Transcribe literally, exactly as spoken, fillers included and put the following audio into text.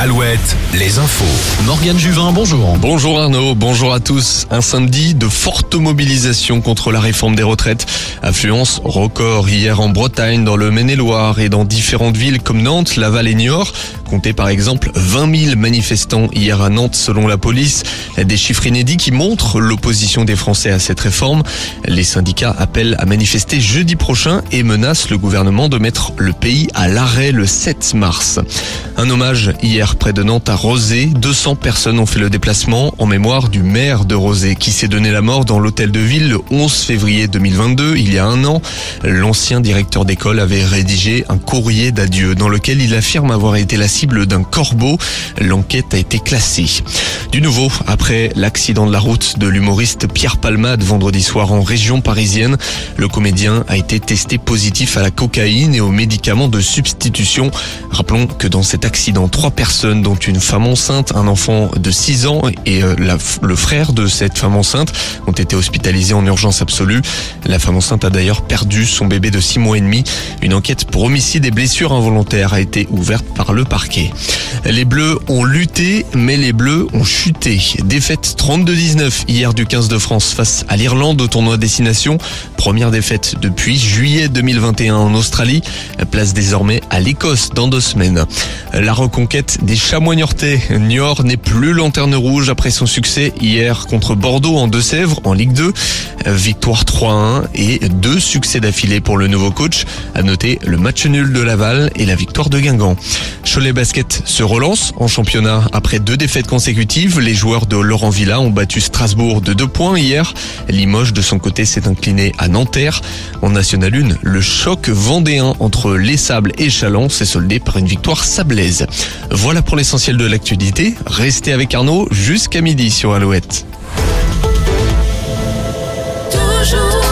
Alouette, les infos. Morgane Juvin, bonjour. Bonjour Arnaud, bonjour à tous. Un samedi de forte mobilisation contre la réforme des retraites. Affluence record hier en Bretagne, dans le Maine-et-Loire et dans différentes villes comme Nantes, Laval et Niort. Comptez par exemple vingt mille manifestants hier à Nantes selon la police. Des chiffres inédits qui montrent l'opposition des Français à cette réforme. Les syndicats appellent à manifester jeudi prochain et menacent le gouvernement de mettre le pays à l'arrêt le sept mars. Un hommage hier près de Nantes à Rozay. deux cents personnes ont fait le déplacement en mémoire du maire de Rozay qui s'est donné la mort dans l'hôtel de ville le onze février deux mille vingt-deux, il y a un an. L'ancien directeur d'école avait rédigé un courrier d'adieu dans lequel il affirme avoir été la cible d'un corbeau. L'enquête a été classée. Du nouveau, après l'accident de la route de l'humoriste Pierre Palmade vendredi soir en région parisienne, le comédien a été testé positif à la cocaïne et aux médicaments de substitution. Rappelons que dans cet accident, trois personnes, dont une femme enceinte, un enfant de six ans et euh, la, le frère de cette femme enceinte, ont été hospitalisés en urgence absolue. La femme enceinte a d'ailleurs perdu son bébé de six mois et demi. Une enquête pour homicide et blessures involontaires a été ouverte par le parquet. Les Bleus ont lutté, mais les Bleus ont chuté. Défaite trente-deux à dix-neuf hier du quinze de France face à l'Irlande au tournoi destination. Première défaite depuis juillet deux mille vingt et un en Australie. Place désormais à l'Écosse dans deux semaines. La reconquête des Chamois niortais. Niort n'est plus lanterne rouge après son succès hier contre Bordeaux en Deux-Sèvres en Ligue deux. Victoire trois à un et deux succès d'affilée pour le nouveau coach. À noter le match nul de Laval et la victoire de Guingamp. Cholet Basket se relance en championnat après deux défaites consécutives. Les joueurs de Laurent Villa ont battu Strasbourg de deux points hier. Limoges de son côté s'est incliné à Nanterre. En National un, le choc vendéen entre Les Sables et Châlons s'est soldé par une victoire sablaise. Voilà pour l'essentiel de l'actualité. Restez avec Arnaud jusqu'à midi sur Alouette. Toujours